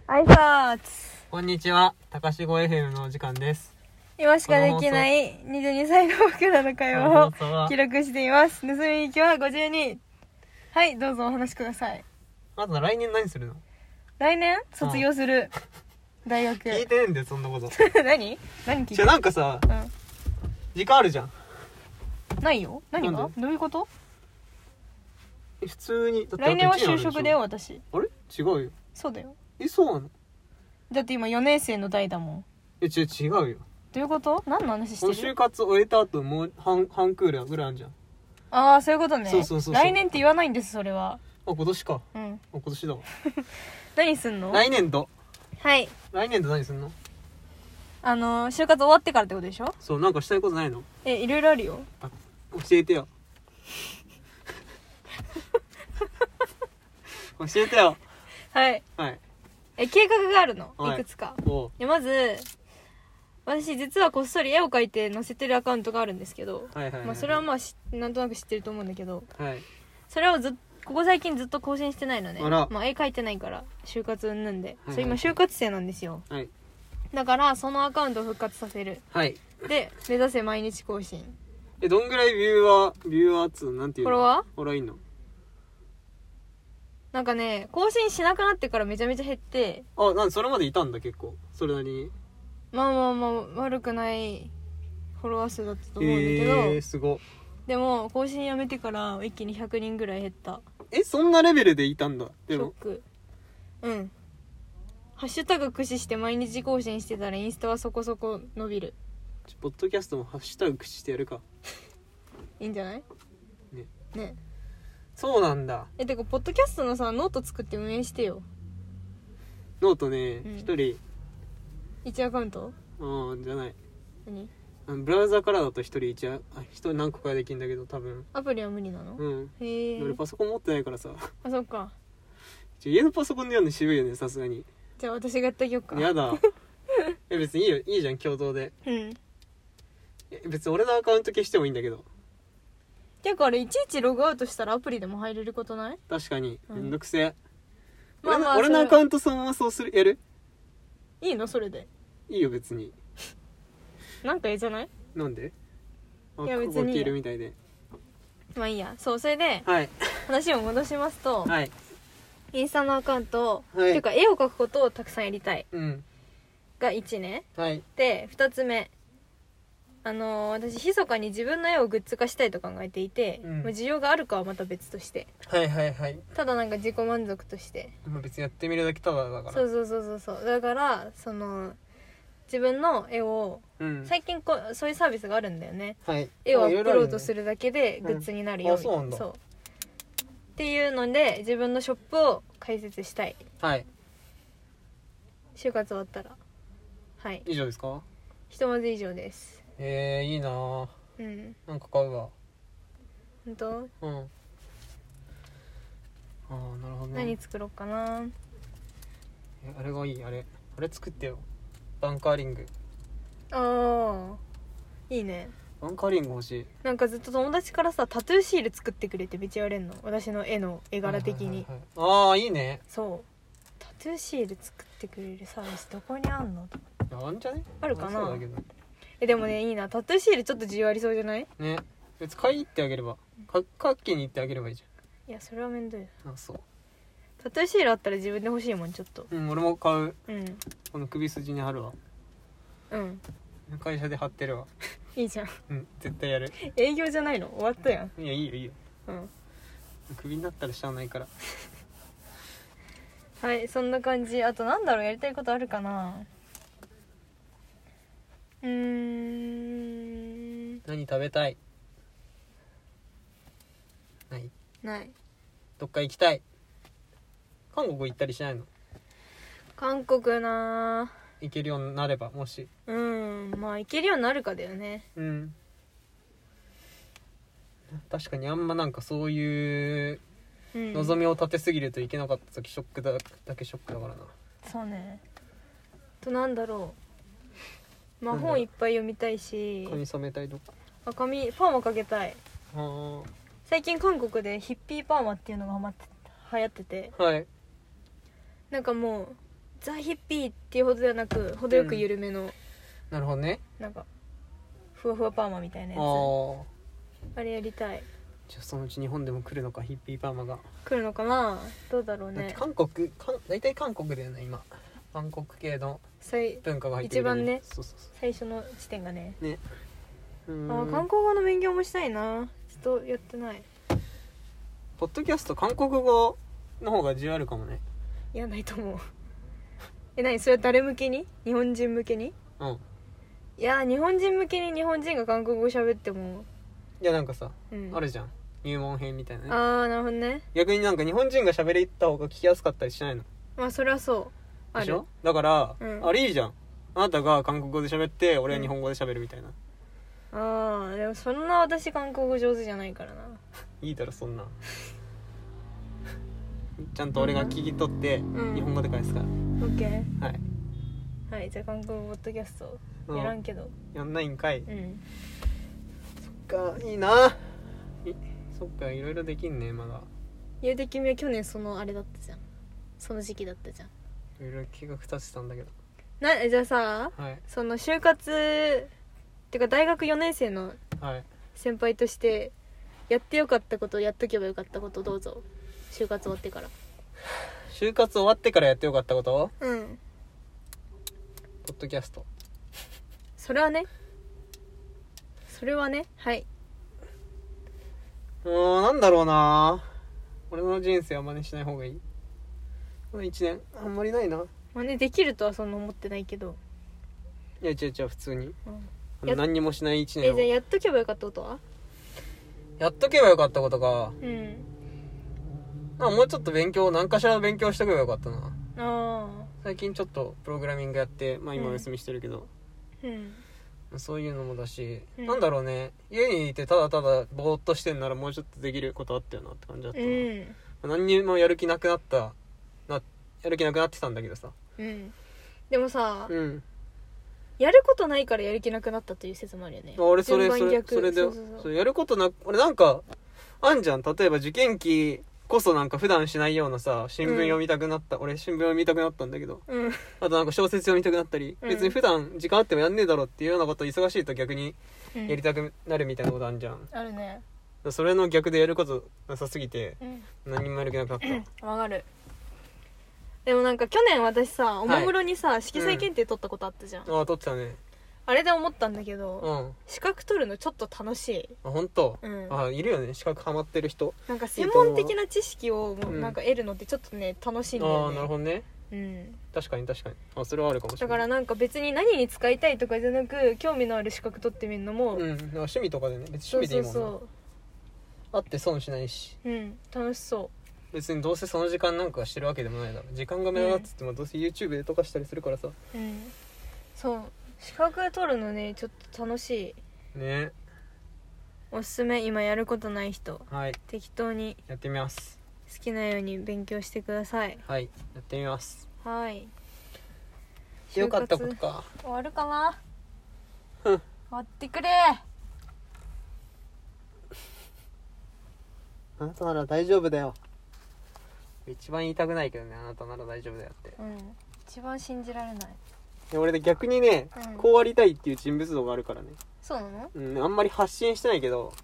挨拶。 こんにちは、高志語 FM のお時間です。 今しかできない22歳の僕らの会話を記録しています。盗み聞きは52。はい、どうぞお話しください。 まず来年何するの？ 来年卒業する。大学。 聞いてねえんだよ、そんなこと。 何聞いてじゃあなんかさ、時間あるじゃん。 ないよ。何が？ なんで？ どういうこと？ 普通に。だって来年は就職だよ、私。 あれ？違うよ。 そうだよ。 そうなの？ だって今4年生の代だもん。 違うよ。 どういうこと？何の話してる？ 就活終えた後もう半クールぐらいあるじゃん。 ああ、そういうことね。 そう。 来年って言わないんです、それは。 今年か。 うん。 今年だわ。 何すんの？ 来年度。 はい。 来年度何すんの？ 就活終わってからってことでしょ？ そう、なんかしたいことないの？ いろいろあるよ。 教えてよ。教えてよ。 はい。 はい。 計画があるの、 はい、 いくつか。 でまず、私実はこっそり絵を描いて載せてるアカウントがあるんですけど、それはまあなんとなく知ってると思うんだけど、 はい、 それをここ最近ずっと更新してないのね。 あら、 まあ絵描いてないから就活うんぬんで、 はいはい、 それ今就活生なんですよ。 はい、 だからそのアカウントを復活させる。 はい。 で目指せ毎日更新。 どんぐらいビューアーつなんていうの？ フォロワー？ フォロワーいんの？ なんかね、更新しなくなってからめちゃめちゃ減って。 それまでいたんだ結構。それなりに。 まあ悪くないフォロワー数だったと思うんだけど、 すご。 でも更新やめてから一気に100人ぐらい減った。 そんなレベルでいたんだ。でもショック。ハッシュタグ駆使して毎日更新してたらインスタはそこそこ伸びる。 ポッドキャストもハッシュタグ駆使してやるか。 いいんじゃない？ね。 そうなんだ。 てかポッドキャストのさ、ノート作って運営してよ。 ノートね、一人 1アカウント？ じゃない。 何？ ブラウザからだと一人何個かできるんだけど、多分アプリは無理なの？へえ。 俺パソコン持ってないからさ。 そっか。 家のパソコンでやるの渋いよね、さすがに。 じゃあ私がやってあげようか。 やだ。別にいいよ、いいじゃん、共同で。別に俺のアカウント消してもいいんだけど。 てかあれいちいちログアウトしたらアプリでも入れることない？ 確かに、めんどくせえ。 俺のアカウントそのままそうやる？ いいの？それでいいよ別に。 なんか嫌じゃない？ なんで？ いや別にいいや。 いるみたいで。 まあいいや。それで、話を戻しますと、インスタのアカウント、っていうか絵を描くことをたくさんやりたい、が1ね。で2つ目、私密かに自分の絵をグッズ化したいと考えていて、需要があるかはまた別として、ただなんか自己満足として、 別にやってみるだけただだから。 そうだから自分の絵を、最近そういうサービスがあるんだよね。絵をアップロードするだけでグッズになるよみたいな。そうっていうので自分のショップを開設したい。就活終わったら。 以上ですか？ ひとまず以上です。 いいなぁ。なんか買うわ。 本当？ なるほどね。 何作ろうかな。 あれがいい。あれ作ってよ。バンカーリング。 いいね。 バンカーリング欲しい。 なんかずっと友達からさ、タトゥーシール作ってくれってめっちゃ言われんの、私の絵柄的に。 いいね。 そう、タトゥーシール作ってくれるサービスどこにあんのとか。 あんじゃね？ あるかな。でもね、いいな。タトゥーシールちょっと需要ありそうじゃないね。別に買いに行ってあげれば、各家に行ってあげればいいじゃん。いや、それは面倒い。 そう。 タトゥーシールあったら自分で欲しいもん、ちょっと。 俺も買う。この首筋に貼るわ。会社で貼ってるわ。 いいじゃん。 絶対やる。 営業じゃないの？終わったやん。 いや、いいよ。首になったらしゃあないから。 はい、そんな感じ。あとなんだろう、やりたいことあるかな。 何食べたい？ ない。 どっか行きたい？韓国行ったりしないの？ 韓国な行けるようになれば、もし。 まあ行けるようになるかだよね。 確かにあんまなんかそういう望みを立てすぎるといけなかった時ショックだけショックだからな。 そうね。となんだろう、本いっぱい読みたいし、 髪染めたいとか。 パーマかけたい。最近韓国でヒッピーパーマっていうのが流行ってて、 はい、 なんかもうザ・ヒッピーっていうほどではなく程よく緩めの、 なるほどね。 なんかふわふわパーマみたいなやつ、あれやりたい。 じゃあそのうち日本でも来るのか、ヒッピーパーマが来るのかな、どうだろうね。 だって大体韓国だよね今、韓国系の文化が入ってる、 一番ね、 そうそうそう、 最初の地点がね。 韓国語の勉強もしたいな。ちょっとやってない。 ポッドキャスト韓国語の方が需要あるかもね。 いや、ないと思う。何それは誰向けに？日本人向けに？ うん。 いや、日本人向けに日本人が韓国語喋っても、 いやなんかさ、あるじゃん、入門編みたいなね。 ああ、なるほどね。 逆になんか日本人が喋れた方が聞きやすかったりしないの？ まあそれはそう。 でしょ？だから、あれいいじゃん、あなたが韓国語で喋って俺は日本語で喋るみたいな。 ああ、でもそんな私韓国語上手じゃないからな。 いいだろそんなちゃんと俺が聞き取って日本語で返すから。オッケー。 はいはい、じゃあ韓国語ポッドキャストやらんけど、 やんないんかい。そっか、いいな。そっか、いろいろできんねまだ。 言うて君は去年そのあれだったじゃん、その時期だったじゃん。 いろいろ計画立てたんだけどじゃあさ、その就活ってか大学4年生の先輩としてやってよかったこと、やっとけばよかったこと、どうぞ。就活終わってから。 就活終わってからやってよかったこと？ ポッドキャスト。 それはねはい。 なんだろうな、俺の人生は真似しない方がいい。この1年あんまりないな。 真似できるとはそんな思ってないけど。 いや違う普通に、何にもしない1年を。 じゃあやっとけばよかったことは？ やっとけばよかったことか、もうちょっと何かしら勉強しとけばよかったな。最近ちょっとプログラミングやって、今お休みしてるけど、そういうのもだし、なんだろうね、家にいてただただぼーっとしてんならもうちょっとできることあったよなって感じだったな。何にもやる気なくなってたんだけどさ。 でもさ、やることないからやる気なくなったという説もあるよね。 俺それでやることな、俺なんかあんじゃん、例えば受験期こそなんか普段しないようなさ、新聞読みたくなった、俺新聞読みたくなったんだけど、あとなんか小説読みたくなったり、別に普段時間あってもやんねえだろっていうようなこと忙しいと逆にやりたくなるみたいなことあんじゃん。 あるね。 それの逆でやることなさすぎて、何もやる気なくなった。 わかる。でもなんか去年私さ、おもむろにさ、色彩検定取ったことあったじゃん。 取ってたね。 あれで思ったんだけど、資格取るのちょっっと楽しい。 本当？いるよね、資格ハマってる人。 なんか専門的な知識をなんか得るのってちょっとね、楽しいんだよね。 なるほどね。確かにそれはあるかもしれない。 だからなんか別に何に使いたいとかじゃなく、興味のある資格取ってみるのも、 趣味とかでね、別に趣味でいいもんな。そうあって損しないし、 楽しそう。 別にどうせその時間なんかしてるわけでもないだろ。時間が無駄だっつってもどうせ YouTube でとかしたりするからさ。 そう、資格取るのね、ちょっと楽しいね。おすすめ。今やることない人、適当にやってみます。 好きなように勉強してください。 やってみます。 よかったことか。 終わるかな。終わってくれ。 あなたなら大丈夫だよ。一番言いたくないけどね、あなたなら大丈夫だよって。 一番信じられない。 俺で逆にね、こうありたいっていう人物像があるからね。 そうなの？ あんまり発信してないけど、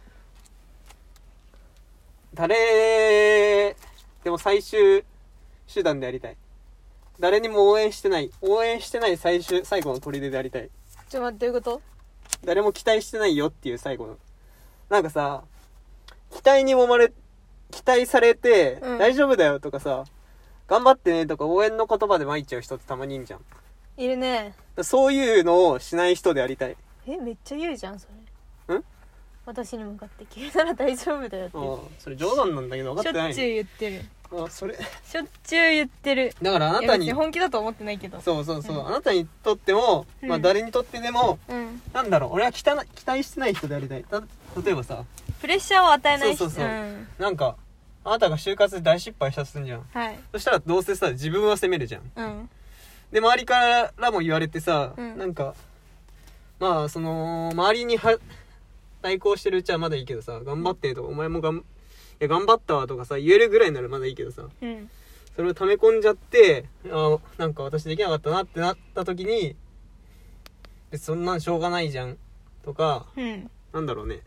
誰でも最終手段でありたい。誰にも応援してない最後の砦でありたい。 ちょっと待って、どういうこと？ 誰も期待してないよっていう最後の、なんかさ、期待されて、大丈夫だよとかさ、頑張ってねとか応援の言葉で参っちゃう人ってたまにいんじゃん。 いるね。 そういうのをしない人でありたい。 めっちゃ言うじゃんそれ。私に向かって君なら大丈夫だよって。 それ冗談なんだけど分かってない。 しょっちゅう言ってる。 それしょっちゅう言ってる。 だからあなたに本気だと思ってないけど。 そう、あなたにとっても、誰にとってでも、なんだろう、俺は期待してない人でありたい。例えばさ、 プレッシャーを与えない人。 なんかあなたが就活で大失敗したとすんじゃん。そしたらどうせさ、自分は責めるじゃん。で周りからも言われてさ、なんかその周りに対抗してるうちはまだいいけどさ、頑張ってとか、お前も頑張ったわとかさ言えるぐらいならまだいいけどさ、 それを溜め込んじゃって、なんか私できなかったなってなった時に、別にそんなんしょうがないじゃんとか、なんだろうね。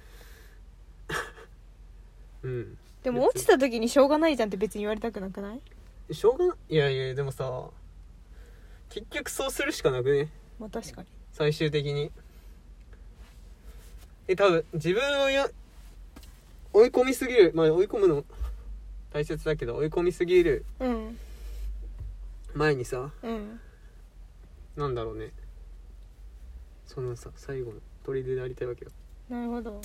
でも落ちた時にしょうがないじゃんって別に言われたくなくない？ しょうがない。いやいや、でもさ、結局そうするしかなくね。 まあ確かに。 最終的に。多分自分を追い込みすぎる、まあ追い込むの大切だけど、追い込みすぎる前にさ、なんだろうね、そのさ、最後の砦でありたいわけよ。 なるほど。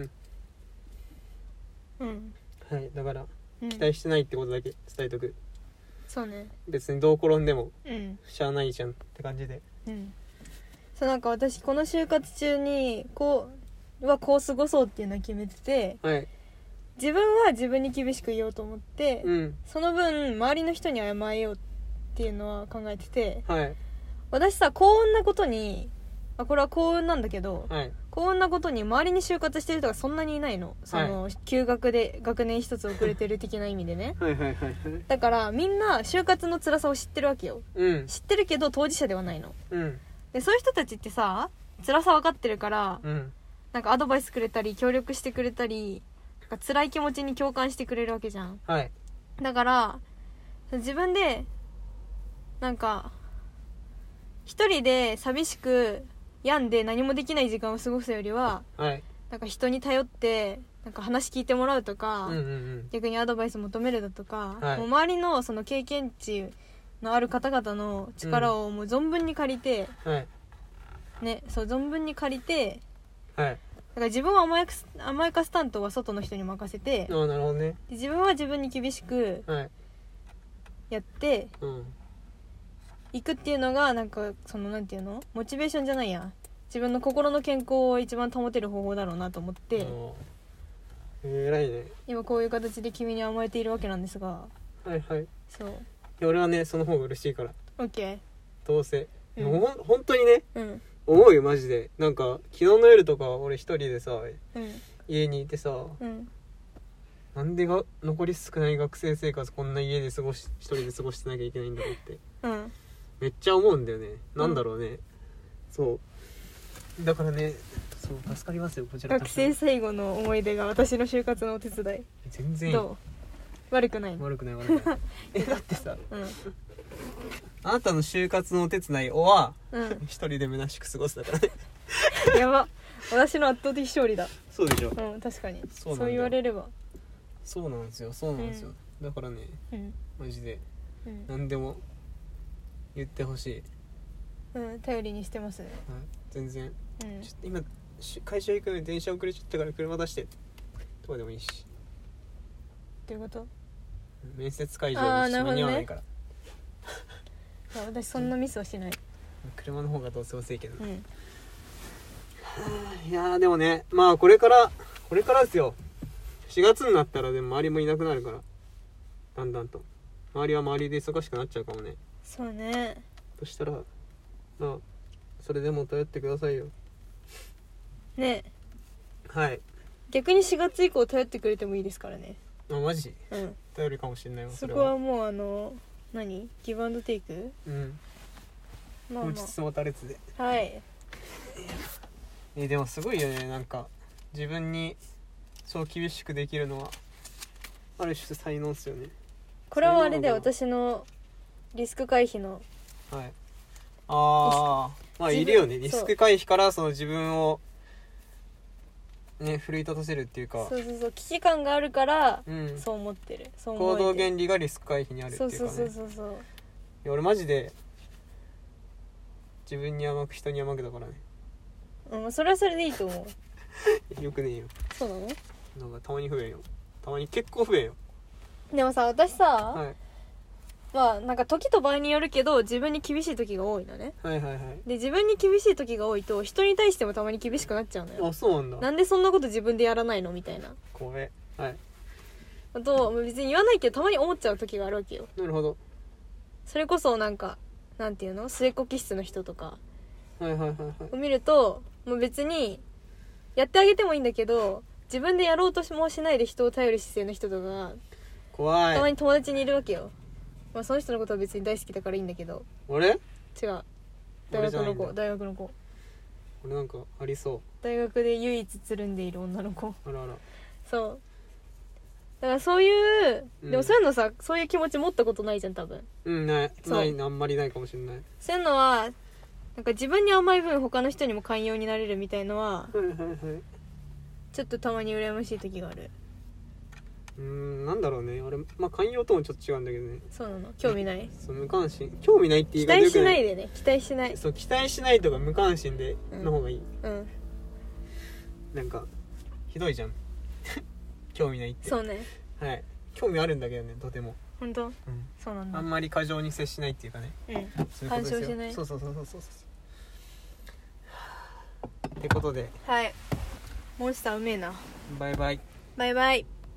はい、だから、期待してないってことだけ伝えとく。 そうね。 別にどう転んでもしゃあないじゃんって感じで。 そう、なんか私この就活中にこう過ごそうっていうのは決めてて、自分は自分に厳しく言おうと思って、その分周りの人に謝れようっていうのは考えてて、私さ、幸運なことに、これは幸運なんだけど、幸運なことに周りに就活してる人がそんなにいないの。その休学で学年一つ遅れてる的な意味でね。だからみんな就活の辛さを知ってるわけよ。知ってるけど当事者ではないの。でそういう人たちってさ、辛さ分かってるから、なんかアドバイスくれたり協力してくれたり、なんか辛い気持ちに共感してくれるわけじゃん。だから自分でなんか一人で寂しく病んで何もできない時間を過ごすよりは、なんか人に頼ってなんか話聞いてもらうとか、逆にアドバイス求めるだとか、もう周りのその経験値のある方々の力をもう存分に借りて、そう存分に借りて、だから自分は甘やかす担当は外の人に任せて、 なるほどね。 で自分は自分に厳しくやって、行くっていうのがなんかそのなんていうの、モチベーションじゃないや、自分の心の健康を一番保てる方法だろうなと思って、 偉いね。今こういう形で君に甘えているわけなんですが、そう。 俺はね、その方が嬉しいから。 オッケー。 どうせ、本当にね、思うよマジで。なんか昨日の夜とか俺一人でさ、家にいてさ、なんで残り少ない学生生活こんな家で一人で過ごしてなきゃいけないんだろうって、めっちゃ思うんだよね。なんだろうね、そうだからね、そう助かりますよこちら。 学生最後の思い出が私の就活のお手伝い。 全然いい。 どう？悪くない。 だってさ、あなたの就活のお手伝いは一人で虚しく過ごすだからね。 やば、私の圧倒的勝利だ。 そうでしょ。 確かにそう言われれば。 そうなんですよ。だからね、マジで何でも言ってほしい。 頼りにしてますね。 全然。ちょっと今会社行くのに電車遅れちゃったから車出してとかでもいいし。 どういうこと？ 面接会場に間に合わないから。 私そんなミスはしない。 車の方がどうせ遅いけど。いやでもね、まあこれからですよ。4月になったらでも周りもいなくなるから、だんだんと周りは周りで忙しくなっちゃうかもね。 そうね。 そしたらまあそれでも頼ってくださいよね。 逆に4月以降頼ってくれてもいいですからね。 マジ？頼るかもしれないわ。 そこはもう何？ギブアンドテイク？ 持ちつ持たれつで。でもすごいよね。なんか自分にそう厳しくできるのはある種才能っすよね。 これはあれで私のリスク回避の。 まあいるよね。リスク回避からその自分をね奮い立たせるっていうか。 そう危機感があるから、そう思ってる。そう思行動原理がリスク回避にあるっていうかね。 そう。 いや俺マジで自分に甘く人に甘くだからね。 それはそれでいいと思う。よくねえよ。 そうなの？なんかたまに不便よ。たまに結構不便よ。 でもさ、私さ、まあなんか時と場合によるけど自分に厳しい時が多いのね。で自分に厳しい時が多いと人に対してもたまに厳しくなっちゃうのよ。 そうなんだ。 なんでそんなこと自分でやらないのみたいな。 怖え。 あと別に言わないけどたまに思っちゃう時があるわけよ。 なるほど。 それこそなんかなんていうの、末っ子気質の人とかを見ると、もう別にやってあげてもいいんだけど自分でやろうともしないで人を頼る姿勢の人とかが怖い。 たまに友達にいるわけよ。 まあその人のことは別に大好きだからいいんだけど。 俺？ 違う、大学の子。大学の子。 俺なんかありそう。 大学で唯一つるんでいる女の子。 あらあら。 そうだからそういう、でもそういうのさ、そういう気持ち持ったことないじゃん多分。 ないあんまりないかもしれない。 そういうのはなんか自分に甘い分他の人にも寛容になれるみたいのは、ちょっとたまに羨ましい時がある。 なんだろうね、あれ、まあ寛容ともちょっと違うんだけどね。 そうなの、興味ない。 そう、無関心、興味ないって言い方期待しないでね、期待しない。 そう、期待しないとか無関心での方がいい。なんかひどいじゃん興味ないって。 そうね。 はい、興味あるんだけどね、とても。 本当？そうなんだ。 あんまり過剰に接しないっていうかね。 干渉しない。 そう。ってことで、 はい。モンスターうめえな。 バイバイ。 バイバイ。